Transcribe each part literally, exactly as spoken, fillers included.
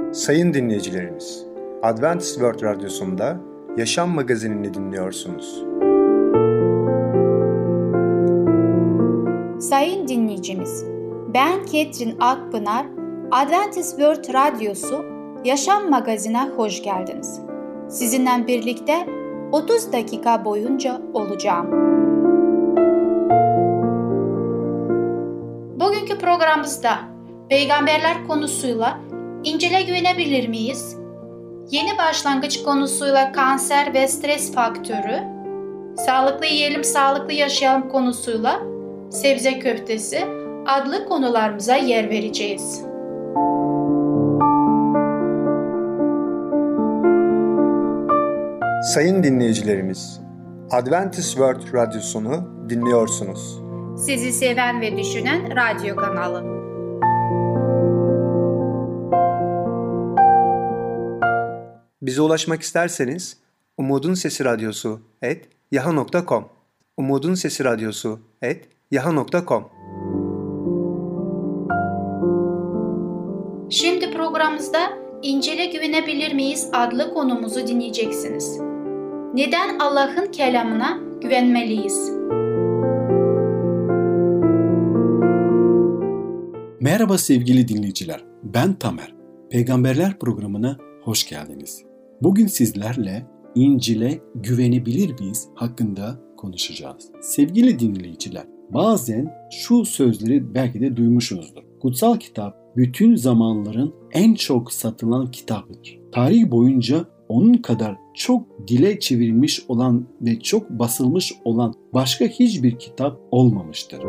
Sayın dinleyicilerimiz, Adventist World Radyosu'nda Yaşam Magazinini dinliyorsunuz. Sayın dinleyicimiz, ben Ketrin Akpınar, Adventist World Radyosu Yaşam Magazinine hoş geldiniz. Sizinle birlikte otuz dakika boyunca olacağım. Bugünkü programımızda peygamberler konusuyla İncil'e güvenebilir miyiz? Yeni başlangıç konusuyla kanser ve stres faktörü, sağlıklı yiyelim, sağlıklı yaşayalım konusuyla sebze köftesi adlı konularımıza yer vereceğiz. Sayın dinleyicilerimiz, Adventist World Radyosunu dinliyorsunuz. Sizi seven ve düşünen radyo kanalı. Bize ulaşmak isterseniz Umutun Sesi Radyosu et yaha nokta com Umutun Sesi Radyosu et yaha nokta com. Şimdi programımızda İncil'e güvenebilir miyiz adlı konumuzu dinleyeceksiniz. Neden Allah'ın kelamına güvenmeliyiz? Merhaba sevgili dinleyiciler, ben Tamer. Peygamberler programına hoş geldiniz. Bugün sizlerle İncil'e güvenebilir miyiz hakkında konuşacağız. Sevgili dinleyiciler, bazen şu sözleri belki de duymuşsunuzdur. Kutsal kitap bütün zamanların en çok satılan kitabıdır. Tarih boyunca onun kadar çok dile çevrilmiş olan ve çok basılmış olan başka hiçbir kitap olmamıştır.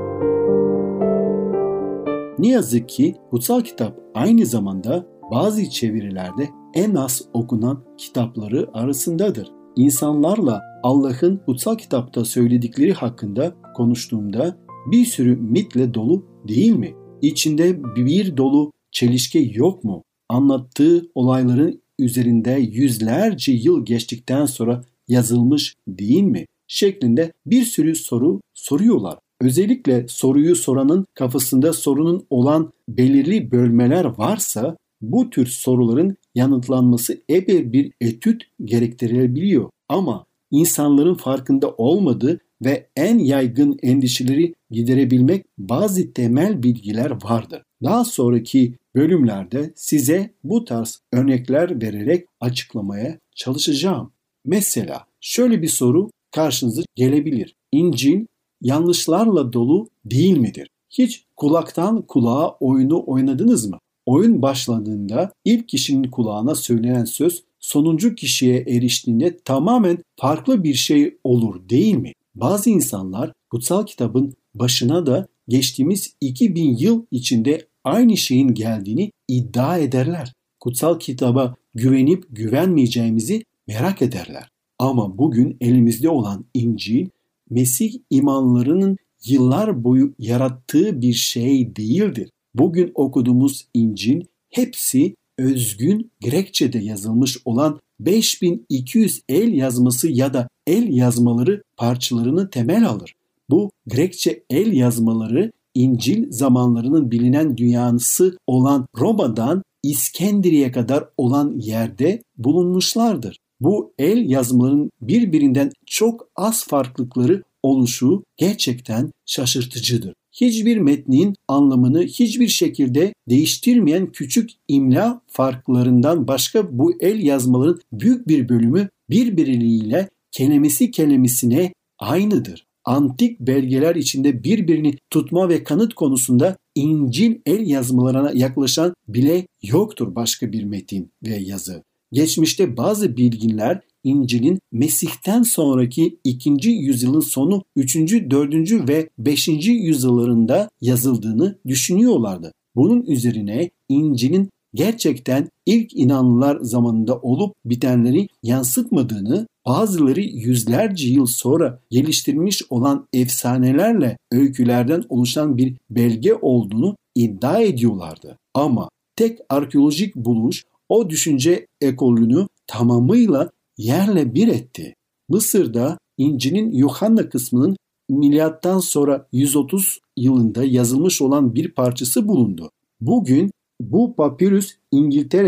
Ne yazık ki kutsal kitap aynı zamanda bazı çevirilerde en az okunan kitapları arasındadır. İnsanlarla Allah'ın kutsal kitapta söyledikleri hakkında konuştuğumda bir sürü mitle dolu değil mi? İçinde bir dolu çelişki yok mu? Anlattığı olayların üzerinde yüzlerce yıl geçtikten sonra yazılmış değil mi? Şeklinde bir sürü soru soruyorlar. Özellikle soruyu soranın kafasında sorunun olan belirli bölmeler varsa bu tür soruların yanıtlanması epey bir etüt gerektirebiliyor. Ama insanların farkında olmadığı ve en yaygın endişeleri giderebilmek bazı temel bilgiler vardır. Daha sonraki bölümlerde size bu tarz örnekler vererek açıklamaya çalışacağım. Mesela şöyle bir soru karşınıza gelebilir. İncil yanlışlarla dolu değil midir? Hiç kulaktan kulağa oyunu oynadınız mı? Oyun başladığında ilk kişinin kulağına söylenen söz sonuncu kişiye eriştiğinde tamamen farklı bir şey olur değil mi? Bazı insanlar kutsal kitabın başına da geçtiğimiz iki bin yıl içinde aynı şeyin geldiğini iddia ederler. Kutsal kitaba güvenip güvenmeyeceğimizi merak ederler. Ama bugün elimizde olan İncil, Mesih imanlarının yıllar boyu yarattığı bir şey değildir. Bugün okuduğumuz İncil hepsi özgün Grekçe'de yazılmış olan beş bin iki yüz el yazması ya da el yazmaları parçalarını temel alır. Bu Grekçe el yazmaları İncil zamanlarının bilinen dünyası olan Roma'dan İskenderiye kadar olan yerde bulunmuşlardır. Bu el yazmaların birbirinden çok az farklılıkları oluşu gerçekten şaşırtıcıdır. Hiçbir metnin anlamını hiçbir şekilde değiştirmeyen küçük imla farklarından başka bu el yazmaların büyük bir bölümü birbirleriyle kelimesi kelimesine aynıdır. Antik belgeler içinde birbirini tutma ve kanıt konusunda İncil el yazmalarına yaklaşan bile yoktur başka bir metin ve yazı. Geçmişte bazı bilginler İncil'in Mesih'ten sonraki ikinci yüzyılın sonu üçüncü, dördüncü ve beşinci yüzyıllarında yazıldığını düşünüyorlardı. Bunun üzerine İncil'in gerçekten ilk inanlılar zamanında olup bitenleri yansıtmadığını, bazıları yüzlerce yıl sonra geliştirilmiş olan efsanelerle öykülerden oluşan bir belge olduğunu iddia ediyorlardı. Ama tek arkeolojik buluş o düşünce ekolünü tamamıyla yerle bir etti. Mısır'da İncil'in Yuhanna kısmının milattan sonra yüz otuz yılında yazılmış olan bir parçası bulundu. Bugün bu papirüs İngiltere'de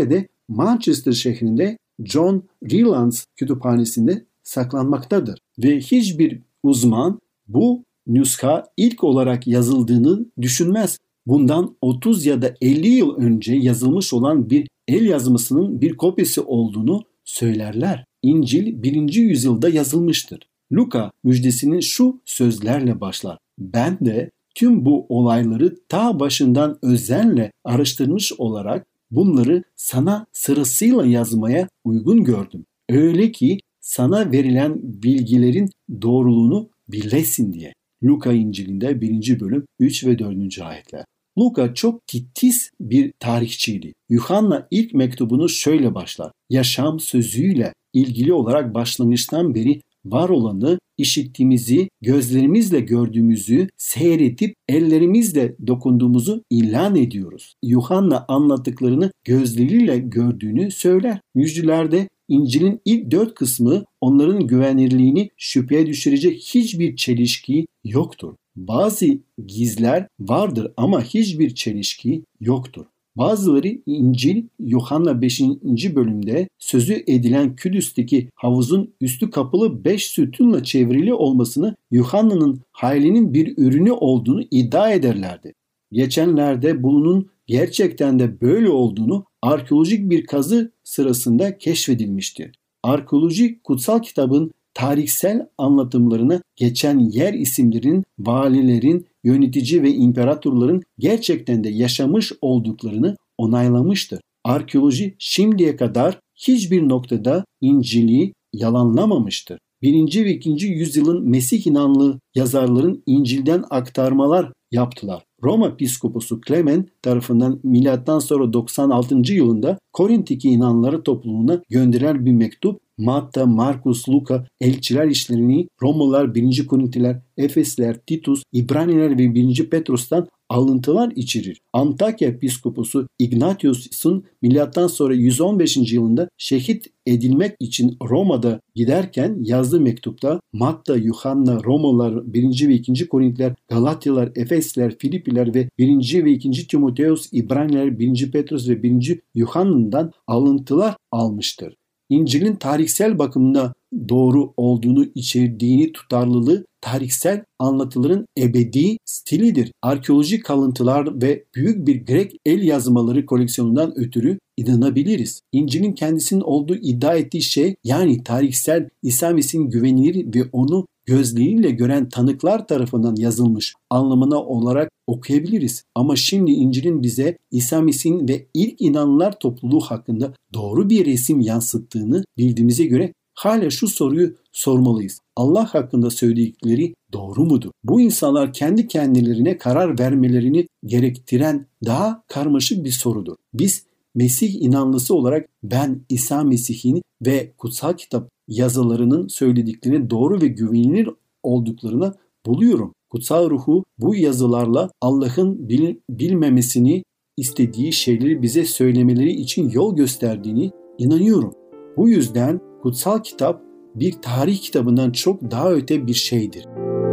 Manchester şehrinde John Rylands kütüphanesinde saklanmaktadır ve hiçbir uzman bu nüsha ilk olarak yazıldığını düşünmez. Bundan otuz ya da elli yıl önce yazılmış olan bir el yazmasının bir kopyası olduğunu söylerler. İncil birinci yüzyılda yazılmıştır. Luka müjdesinin şu sözlerle başlar. Ben de tüm bu olayları ta başından özenle araştırmış olarak bunları sana sırasıyla yazmaya uygun gördüm. Öyle ki sana verilen bilgilerin doğruluğunu bilesin diye. Luka İncil'inde birinci bölüm üç ve dördüncü ayetler. Luka çok titiz bir tarihçiydi. Yuhanna ilk mektubunu şöyle başlar. Yaşam sözüyle ilgili olarak başlangıçtan beri var olanı, işittiğimizi, gözlerimizle gördüğümüzü, seyredip ellerimizle dokunduğumuzu ilan ediyoruz. Yuhanna anlattıklarını gözleriyle gördüğünü söyler. Müjdelerde İncil'in ilk dört kısmı onların güvenilirliğini şüpheye düşürecek hiçbir çelişki yoktur. Bazı gizler vardır ama hiçbir çelişki yoktur. Bazıları İncil Yuhanna beşinci bölümde sözü edilen Kudüs'teki havuzun üstü kapalı beş sütunla çevrili olmasını Yuhanna'nın hayalinin bir ürünü olduğunu iddia ederlerdi. Geçenlerde bunun gerçekten de böyle olduğunu arkeolojik bir kazı sırasında keşfedilmişti. Arkeoloji kutsal kitabın tarihsel anlatımlarına geçen yer isimlerinin, valilerin, yönetici ve imparatorların gerçekten de yaşamış olduklarını onaylamıştır. Arkeoloji şimdiye kadar hiçbir noktada İncil'i yalanlamamıştır. Birinci ve ikinci yüzyılın Mesih inanlı yazarların İncil'den aktarmalar yaptılar. Roma Piskoposu Clement tarafından milattan sonra doksan altıncı yılında Korint'teki inanları topluluğuna gönderilen bir mektup Matta, Markus, Luka, elçiler işlerini Romalılar, birinci Korintliler, Efesliler, Titus, İbraniler ve birinci Petrus'tan alıntılar içerir. Antakya Piskoposu Ignatius'un milattan sonra yüz on beşinci yılında şehit edilmek için Roma'da giderken yazdığı mektupta Matta, Yuhanna, Romalılar, birinci ve ikinci Korintliler, Galatyalar, Efesliler, Filipiler ve birinci ve ikinci Timoteus, İbraniler, birinci Petrus ve birinci Yuhanna'dan alıntılar almıştır. İncil'in tarihsel bakımda doğru olduğunu içerdiğini tutarlılığı tarihsel anlatıların ebedi stilidir. Arkeolojik kalıntılar ve büyük bir Grek el yazmaları koleksiyonundan ötürü inanabiliriz. İncil'in kendisinin olduğu iddia ettiği şey, yani tarihsel İsa Mesih'in güvenilir ve onu gözleriyle gören tanıklar tarafından yazılmış anlamına olarak okuyabiliriz. Ama şimdi İncil'in bize İsa Mesih'in ve ilk inananlar topluluğu hakkında doğru bir resim yansıttığını bildiğimize göre hala şu soruyu sormalıyız. Allah hakkında söyledikleri doğru mudur? Bu insanlar kendi kendilerine karar vermelerini gerektiren daha karmaşık bir sorudur. Biz Mesih inanlısı olarak ben İsa Mesih'in ve kutsal kitap yazılarının söylediklerine doğru ve güvenilir olduklarına buluyorum. Kutsal ruhu bu yazılarla Allah'ın bil- bilmemesini istediği şeyleri bize söylemeleri için yol gösterdiğini inanıyorum. Bu yüzden kutsal kitap bir tarih kitabından çok daha öte bir şeydir.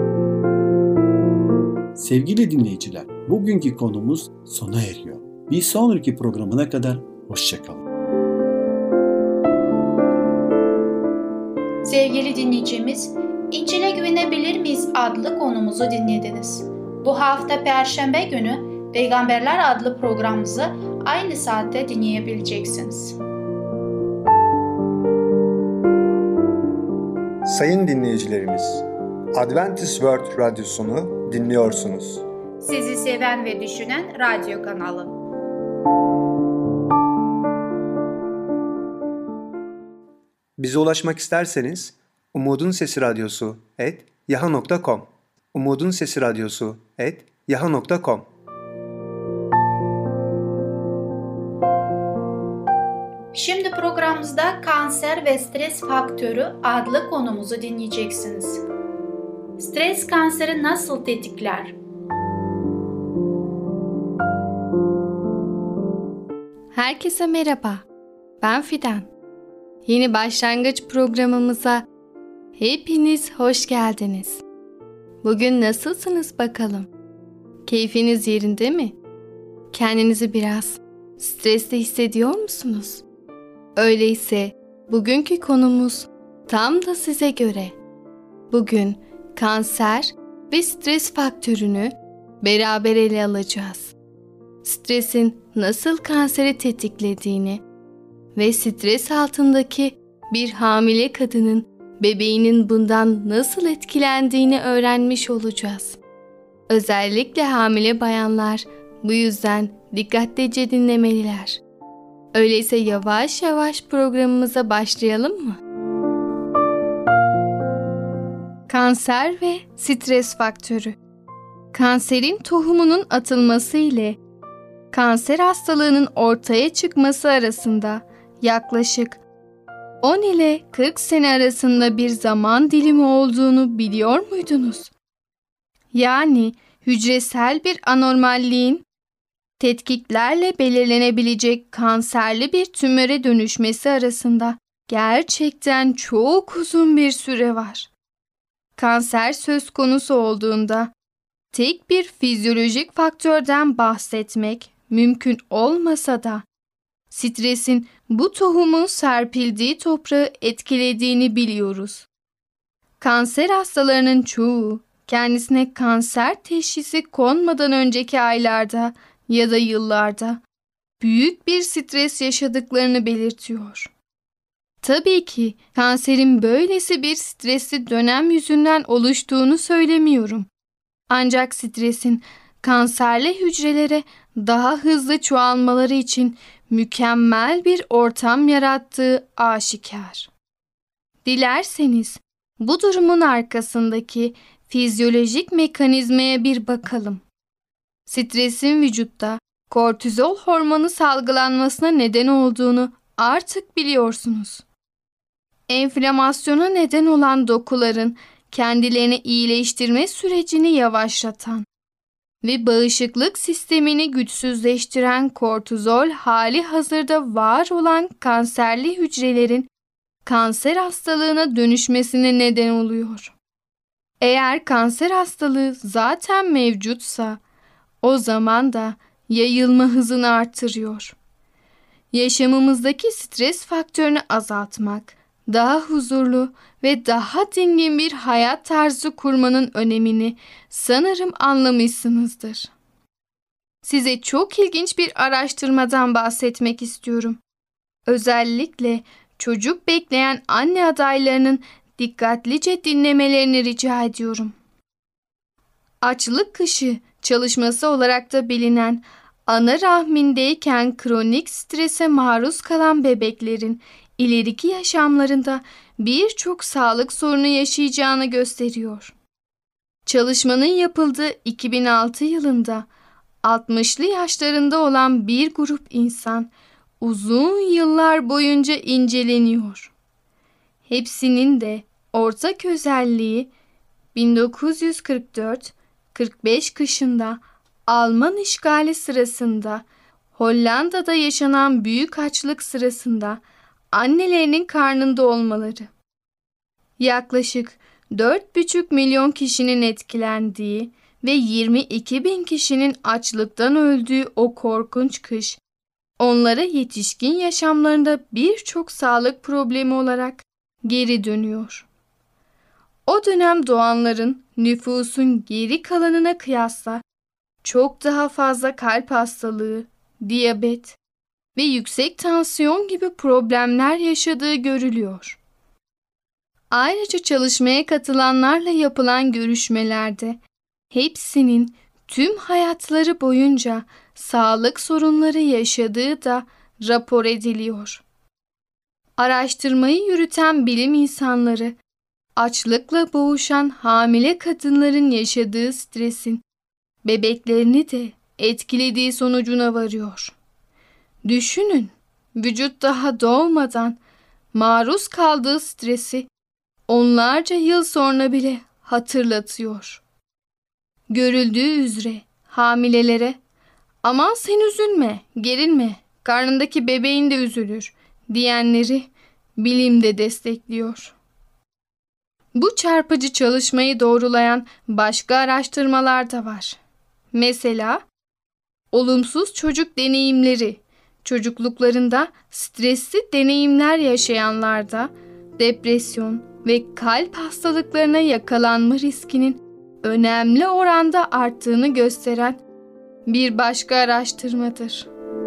Sevgili dinleyiciler, bugünkü konumuz sona eriyor. Bir sonraki programına kadar hoşça kalın. Sevgili dinleyicimiz, İncil'e güvenebilir miyiz adlı konumuzu dinlediniz. Bu hafta Perşembe günü Peygamberler adlı programımızı aynı saatte dinleyebileceksiniz. Sayın dinleyicilerimiz, Adventist World Radyosunu dinliyorsunuz. Sizi seven ve düşünen radyo kanalı. Bize ulaşmak isterseniz Umutun Sesi Radyosu et yaha nokta com Umutun Sesi Radyosu et yaha nokta com. Şimdi programımızda kanser ve stres faktörü adlı konumuzu dinleyeceksiniz. Stres kanseri nasıl tetikler? Herkese merhaba, ben Fidan. Yeni başlangıç programımıza hepiniz hoş geldiniz. Bugün nasılsınız bakalım? Keyfiniz yerinde mi? Kendinizi biraz stresli hissediyor musunuz? Öyleyse bugünkü konumuz tam da size göre. Bugün kanser ve stres faktörünü beraber ele alacağız. Stresin nasıl kanseri tetiklediğini ve stres altındaki bir hamile kadının bebeğinin bundan nasıl etkilendiğini öğrenmiş olacağız. Özellikle hamile bayanlar bu yüzden dikkatlice dinlemeliler. Öyleyse yavaş yavaş programımıza başlayalım mı? Kanser ve stres faktörü. Kanserin tohumunun atılması ile kanser hastalığının ortaya çıkması arasında yaklaşık on ile kırk sene arasında bir zaman dilimi olduğunu biliyor muydunuz? Yani hücresel bir anormalliğin tetkiklerle belirlenebilecek kanserli bir tümöre dönüşmesi arasında gerçekten çok uzun bir süre var. Kanser söz konusu olduğunda tek bir fizyolojik faktörden bahsetmek mümkün olmasa da stresin bu tohumun serpildiği toprağı etkilediğini biliyoruz. Kanser hastalarının çoğu kendisine kanser teşhisi konmadan önceki aylarda ya da yıllarda büyük bir stres yaşadıklarını belirtiyor. Tabii ki kanserin böylesi bir stresli dönem yüzünden oluştuğunu söylemiyorum. Ancak stresin kanserli hücrelere daha hızlı çoğalmaları için mükemmel bir ortam yarattığı aşikar. Dilerseniz bu durumun arkasındaki fizyolojik mekanizmaya bir bakalım. Stresin vücutta kortizol hormonu salgılanmasına neden olduğunu artık biliyorsunuz. Enflamasyona neden olan dokuların kendilerini iyileştirme sürecini yavaşlatan ve bağışıklık sistemini güçsüzleştiren kortizol hali hazırda var olan kanserli hücrelerin kanser hastalığına dönüşmesine neden oluyor. Eğer kanser hastalığı zaten mevcutsa o zaman da yayılma hızını artırıyor. Yaşamımızdaki stres faktörünü azaltmak, daha huzurlu ve daha dingin bir hayat tarzı kurmanın önemini sanırım anlamışsınızdır. Size çok ilginç bir araştırmadan bahsetmek istiyorum. Özellikle çocuk bekleyen anne adaylarının dikkatlice dinlemelerini rica ediyorum. Açlık kışı çalışması olarak da bilinen ana rahmindeyken kronik strese maruz kalan bebeklerin ileriki yaşamlarında birçok sağlık sorunu yaşayacağını gösteriyor. Çalışmanın yapıldığı iki bin altı yılında altmışlı yaşlarında olan bir grup insan uzun yıllar boyunca inceleniyor. Hepsinin de ortak özelliği bin dokuz yüz kırk dört kırk beş kışında Alman işgali sırasında Hollanda'da yaşanan büyük açlık sırasında annelerinin karnında olmaları. Yaklaşık dört buçuk milyon kişinin etkilendiği ve yirmi iki bin kişinin açlıktan öldüğü o korkunç kış, onlara yetişkin yaşamlarında birçok sağlık problemi olarak geri dönüyor. O dönem doğanların nüfusun geri kalanına kıyasla çok daha fazla kalp hastalığı, diyabet ve yüksek tansiyon gibi problemler yaşadığı görülüyor. Ayrıca çalışmaya katılanlarla yapılan görüşmelerde hepsinin tüm hayatları boyunca sağlık sorunları yaşadığı da rapor ediliyor. Araştırmayı yürüten bilim insanları, açlıkla boğuşan hamile kadınların yaşadığı stresin bebeklerini de etkilediği sonucuna varıyor. Düşünün, vücut daha doğmadan maruz kaldığı stresi onlarca yıl sonra bile hatırlatıyor. Görüldüğü üzere hamilelere "Aman sen üzülme, gerilme, karnındaki bebeğin de üzülür" diyenleri bilim de destekliyor. Bu çarpıcı çalışmayı doğrulayan başka araştırmalar da var. Mesela olumsuz çocuk deneyimleri Çocukluklarında stresli deneyimler yaşayanlarda depresyon ve kalp hastalıklarına yakalanma riskinin önemli oranda arttığını gösteren bir başka araştırmadır.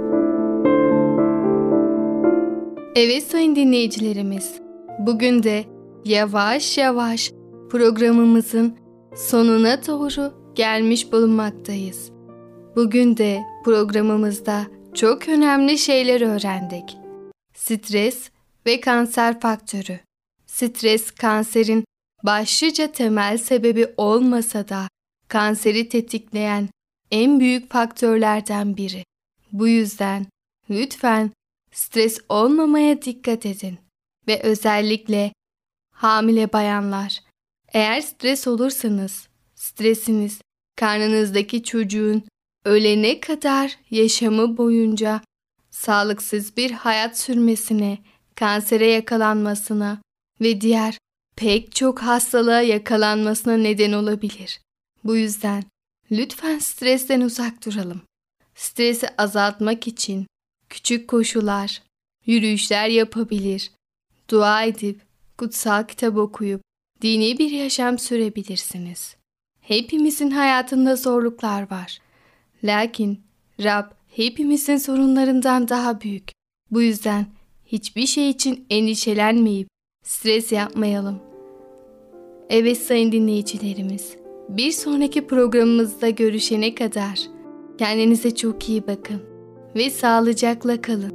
Evet sayın dinleyicilerimiz, bugün de yavaş yavaş programımızın sonuna doğru gelmiş bulunmaktayız. Bugün de programımızda çok önemli şeyler öğrendik. Stres ve kanser faktörü. Stres kanserin başlıca temel sebebi olmasa da kanseri tetikleyen en büyük faktörlerden biri. Bu yüzden lütfen stres olmamaya dikkat edin ve özellikle hamile bayanlar, eğer stres olursanız stresiniz karnınızdaki çocuğun ölene kadar yaşamı boyunca sağlıksız bir hayat sürmesine, kansere yakalanmasına ve diğer pek çok hastalığa yakalanmasına neden olabilir. Bu yüzden lütfen stresten uzak duralım. Stresi azaltmak için küçük koşular, yürüyüşler yapabilir, dua edip, kutsal kitap okuyup, dini bir yaşam sürebilirsiniz. Hepimizin hayatında zorluklar var. Lakin Rab hepimizin sorunlarından daha büyük. Bu yüzden hiçbir şey için endişelenmeyip stres yapmayalım. Evet sayın dinleyicilerimiz, bir sonraki programımızda görüşene kadar kendinize çok iyi bakın ve sağlıcakla kalın.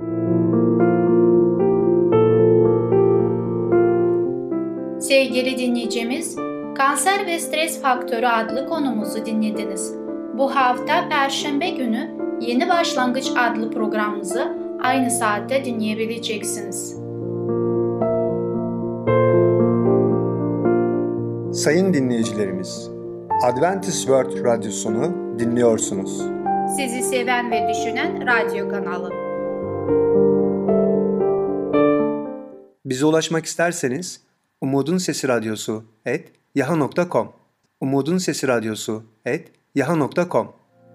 Sevgili dinleyicimiz, Kanser ve Stres Faktörü adlı konumuzu dinlediniz. Bu hafta Perşembe günü Yeni Başlangıç adlı programımızı aynı saatte dinleyebileceksiniz. Sayın dinleyicilerimiz, Adventist World Radyosunu dinliyorsunuz. Sizi seven ve düşünen radyo kanalı. Bize ulaşmak isterseniz Umutun Sesi Radyosu et yaha nokta com Umutun Sesi Radyosu et yaha nokta com.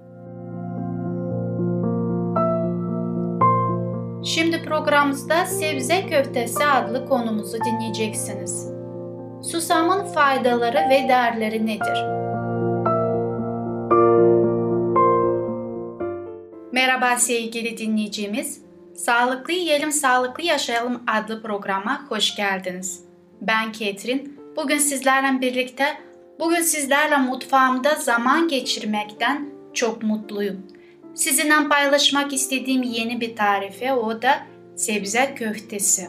Şimdi programımızda sebze köftesi adlı konumuzu dinleyeceksiniz. Susamın faydaları ve değerleri nedir? Merhaba sevgili dinleyicimiz. Sağlıklı Yiyelim, Sağlıklı Yaşayalım adlı programa hoş geldiniz. Ben Ketrin. Bugün sizlerle birlikte, bugün sizlerle mutfağımda zaman geçirmekten çok mutluyum. Sizinle paylaşmak istediğim yeni bir tarife, o da sebze köftesi.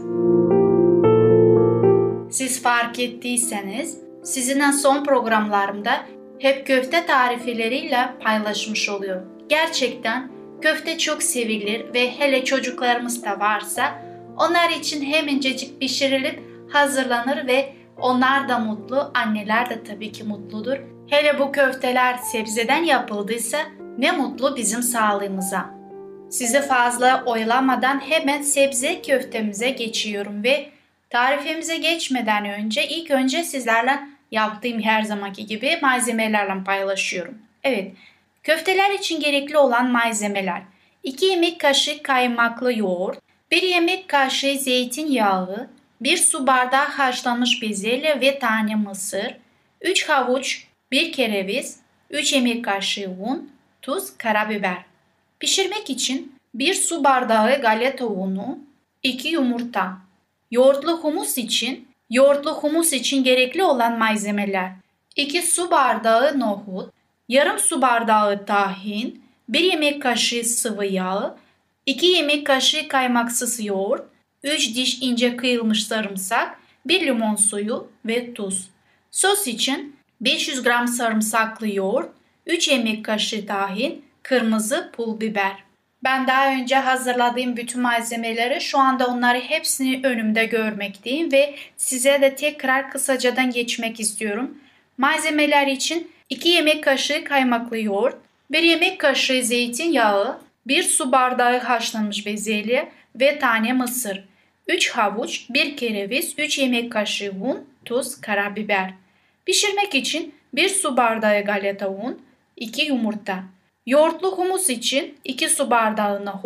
Siz fark ettiyseniz, sizinle son programlarımda hep köfte tarifleriyle paylaşmış oluyorum. Gerçekten köfte çok sevilir ve hele çocuklarımız da varsa onlar için hemencecik pişirilip hazırlanır ve onlar da mutlu, anneler de tabii ki mutludur. Hele bu köfteler sebzeden yapıldıysa ne mutlu bizim sağlığımıza. Sizi fazla oyalamadan hemen sebze köftemize geçiyorum ve tarifimize geçmeden önce ilk önce sizlerle yaptığım her zamanki gibi malzemelerle paylaşıyorum. Evet, köfteler için gerekli olan malzemeler: iki yemek kaşığı kaymaklı yoğurt, bir yemek kaşığı zeytinyağı, bir su bardağı haşlanmış bezelye ve tane mısır, üç havuç, bir kereviz, üç yemek kaşığı un, tuz, karabiber. Pişirmek için bir su bardağı galeta unu, iki yumurta. Yoğurtlu humus için, yoğurtlu humus için gerekli olan malzemeler: iki su bardağı nohut, yarım su bardağı tahin, bir yemek kaşığı sıvı yağ, iki yemek kaşığı kaymaksız yoğurt, üç diş ince kıyılmış sarımsak, bir limon suyu ve tuz. Sos için beş yüz gram sarımsaklı yoğurt, üç yemek kaşığı tahin, kırmızı pul biber. Ben daha önce hazırladığım bütün malzemeleri, şu anda onları hepsini önümde görmekteyim ve size de tekrar kısacadan geçmek istiyorum. Malzemeler için iki yemek kaşığı kaymaklı yoğurt, bir yemek kaşığı zeytinyağı, bir su bardağı haşlanmış bezelye ve tane mısır, üç havuç, bir kereviz, üç yemek kaşığı un, tuz, karabiber. Pişirmek için bir su bardağı galeta un, iki yumurta. Yoğurtlu humus için iki su bardağı nohut,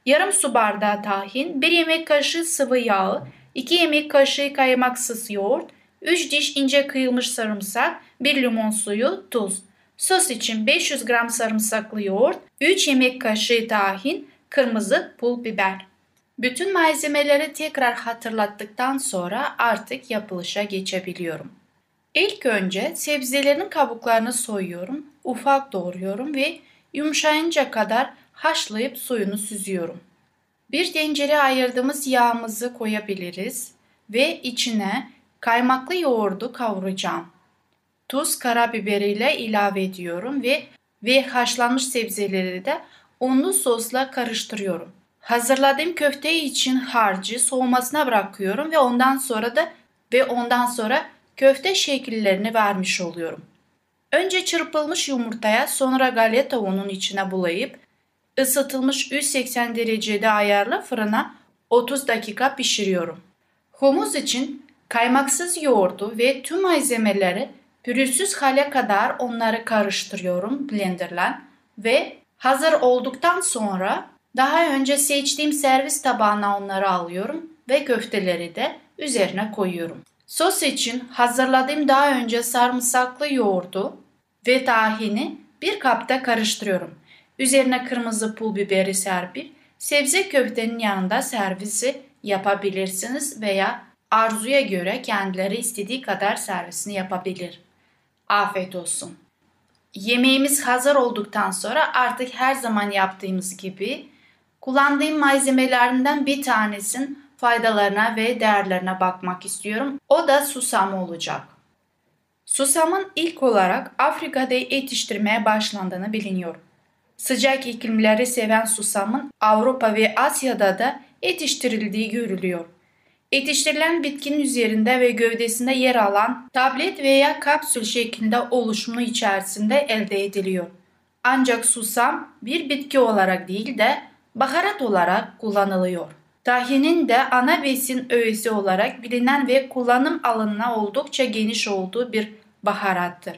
yarım su bardağı tahin, bir yemek kaşığı sıvı yağ, iki yemek kaşığı kaymaksız yoğurt, üç diş ince kıyılmış sarımsak, bir limon suyu, tuz. Sos için beş yüz gram sarımsaklı yoğurt, üç yemek kaşığı tahin, kırmızı pul biber. Bütün malzemeleri tekrar hatırlattıktan sonra artık yapılışa geçebiliyorum. İlk önce sebzelerin kabuklarını soyuyorum, ufak doğruyorum ve yumuşayınca kadar haşlayıp suyunu süzüyorum. Bir tencereye ayırdığımız yağımızı koyabiliriz ve içine kaymaklı yoğurdu kavuracağım. Tuz, karabiberiyle ilave ediyorum ve ve haşlanmış sebzeleri de unlu sosla karıştırıyorum. Hazırladığım köfte için harcı soğumasına bırakıyorum ve ondan sonra da ve ondan sonra köfte şekillerini vermiş oluyorum. Önce çırpılmış yumurtaya, sonra galeta unun içine bulayıp ısıtılmış yüz seksen derecede ayarlı fırına otuz dakika pişiriyorum. Humus için kaymaksız yoğurdu ve tüm malzemeleri pürüzsüz hale kadar onları karıştırıyorum blenderla ve hazır olduktan sonra daha önce seçtiğim servis tabağına onları alıyorum ve köfteleri de üzerine koyuyorum. Sos için hazırladığım daha önce sarımsaklı yoğurdu ve tahini bir kapta karıştırıyorum. Üzerine kırmızı pul biberi serpip sebze köftenin yanında servisi yapabilirsiniz veya arzuya göre kendileri istediği kadar servisini yapabilir. Afiyet olsun. Yemeğimiz hazır olduktan sonra artık her zaman yaptığımız gibi kullandığım malzemelerinden bir tanesinin faydalarına ve değerlerine bakmak istiyorum. O da susam olacak. Susamın ilk olarak Afrika'da yetiştirmeye başlandığını biliniyor. Sıcak iklimleri seven susamın Avrupa ve Asya'da da yetiştirildiği görülüyor. Yetiştirilen bitkinin üzerinde ve gövdesinde yer alan tablet veya kapsül şeklinde oluşumu içerisinde elde ediliyor. Ancak susam bir bitki olarak değil de baharat olarak kullanılıyor. Tahinin de ana besin öğesi olarak bilinen ve kullanım alanına oldukça geniş olduğu bir baharattır.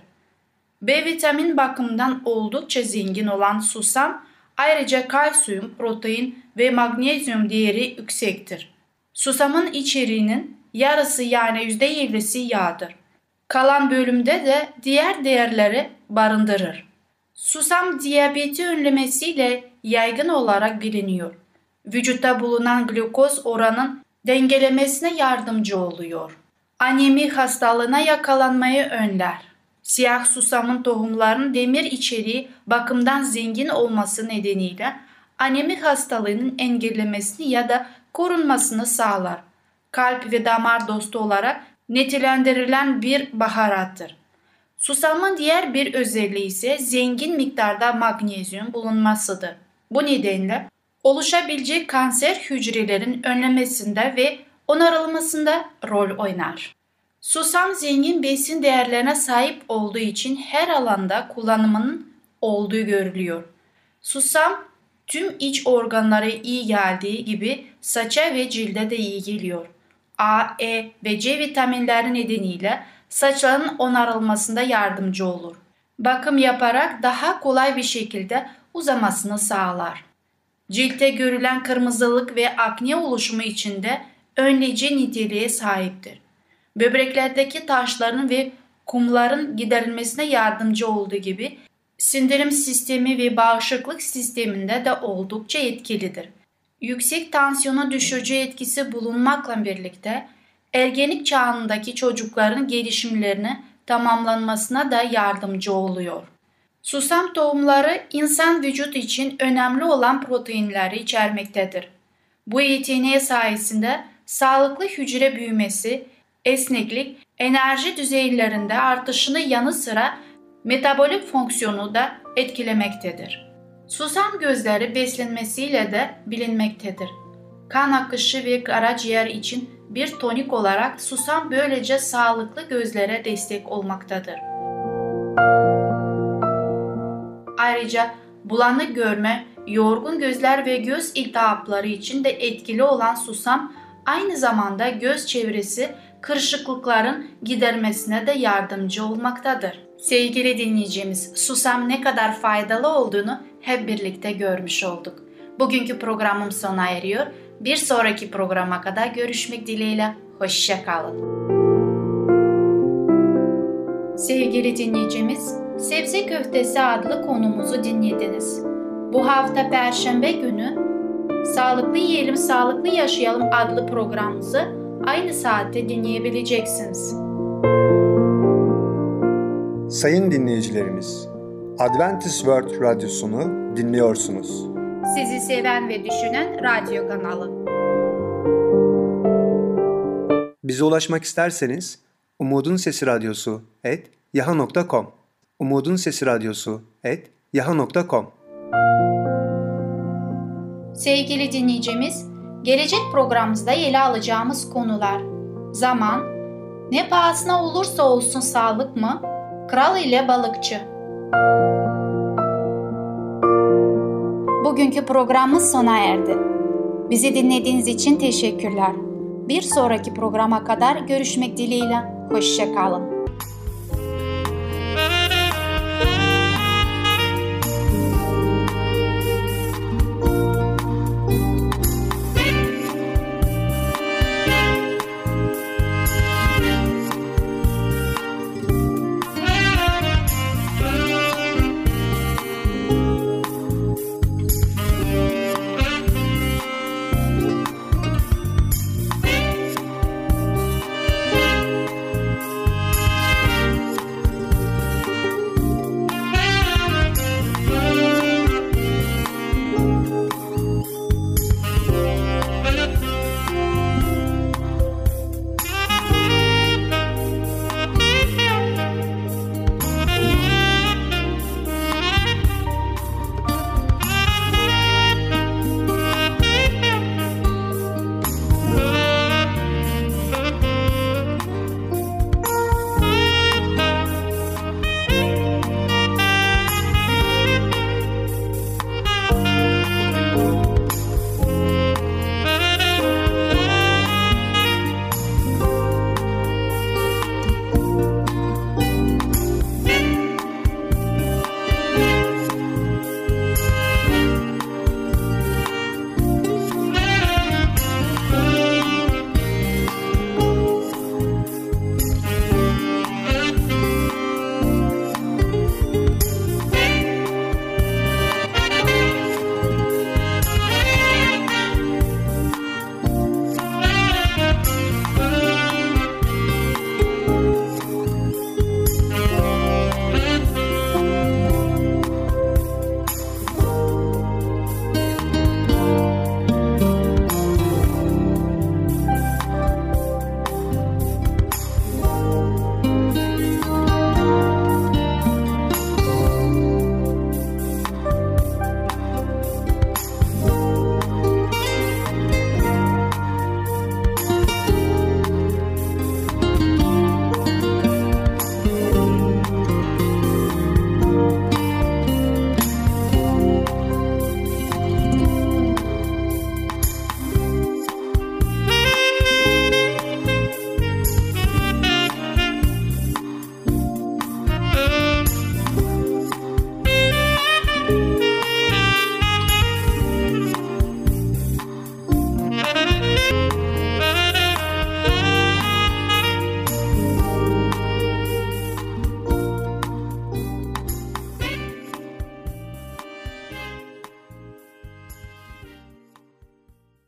B vitamin bakımından oldukça zengin olan susam, ayrıca kalsiyum, protein ve magnezyum değeri yüksektir. Susamın içeriğinin yarısı yani yüzde yirmisi yağdır. Kalan bölümde de diğer değerleri barındırır. Susam diyabeti önlemesiyle yaygın olarak biliniyor. Vücutta bulunan glukoz oranının dengelemesine yardımcı oluyor. Anemi hastalığına yakalanmayı önler. Siyah susamın tohumlarının demir içeriği bakımdan zengin olması nedeniyle anemi hastalığının engellemesini ya da korunmasını sağlar. Kalp ve damar dostu olarak nitelendirilen bir baharattır. Susamın diğer bir özelliği ise zengin miktarda magnezyum bulunmasıdır. Bu nedenle oluşabilecek kanser hücrelerin önlemesinde ve onarılmasında rol oynar. Susam zengin besin değerlerine sahip olduğu için her alanda kullanımının olduğu görülüyor. Susam tüm iç organlara iyi geldiği gibi saça ve cilde de iyi geliyor. A, E ve C vitaminleri nedeniyle saçların onarılmasında yardımcı olur. Bakım yaparak daha kolay bir şekilde uzamasını sağlar. Ciltte görülen kırmızılık ve akne oluşumu için de önleyici niteliğe sahiptir. Böbreklerdeki taşların ve kumların giderilmesine yardımcı olduğu gibi sindirim sistemi ve bağışıklık sisteminde de oldukça etkilidir. Yüksek tansiyonu düşürücü etkisi bulunmakla birlikte ergenlik çağındaki çocukların gelişimlerini tamamlanmasına da yardımcı oluyor. Susam tohumları insan vücut için önemli olan proteinleri içermektedir. Bu yeteneği sayesinde sağlıklı hücre büyümesi, esneklik, enerji düzeylerinde artışını yanı sıra metabolik fonksiyonu da etkilemektedir. Susam gözleri beslenmesiyle de bilinmektedir. Kan akışı ve karaciğer için bir tonik olarak susam böylece sağlıklı gözlere destek olmaktadır. Ayrıca bulanık görme, yorgun gözler ve göz iltihapları için de etkili olan susam aynı zamanda göz çevresi kırışıklıkların gidermesine de yardımcı olmaktadır. Sevgili dinleyicimiz, susam ne kadar faydalı olduğunu hep birlikte görmüş olduk. Bugünkü programım sona eriyor. Bir sonraki programa kadar görüşmek dileğiyle. Hoşça kalın. Sevgili dinleyicimiz, sebze köftesi adlı konumuzu dinlediniz. Bu hafta Perşembe günü Sağlıklı Yiyelim, Sağlıklı Yaşayalım adlı programımızı aynı saatte dinleyebileceksiniz. Sayın dinleyicilerimiz, Adventist World Radyosunu dinliyorsunuz. Sizi seven ve düşünen radyo kanalı. Bize ulaşmak isterseniz Umutun Sesi Radyosu et yaha nokta com Umutun Sesi Radyosu et yaha nokta com. Sevgili dinleyicimiz, gelecek programımızda ele alacağımız konular: zaman, ne pahasına olursa olsun sağlık mı? Kral ile balıkçı. Bugünkü programımız sona erdi. Bizi dinlediğiniz için teşekkürler. Bir sonraki programa kadar görüşmek dileğiyle. Hoşça kalın.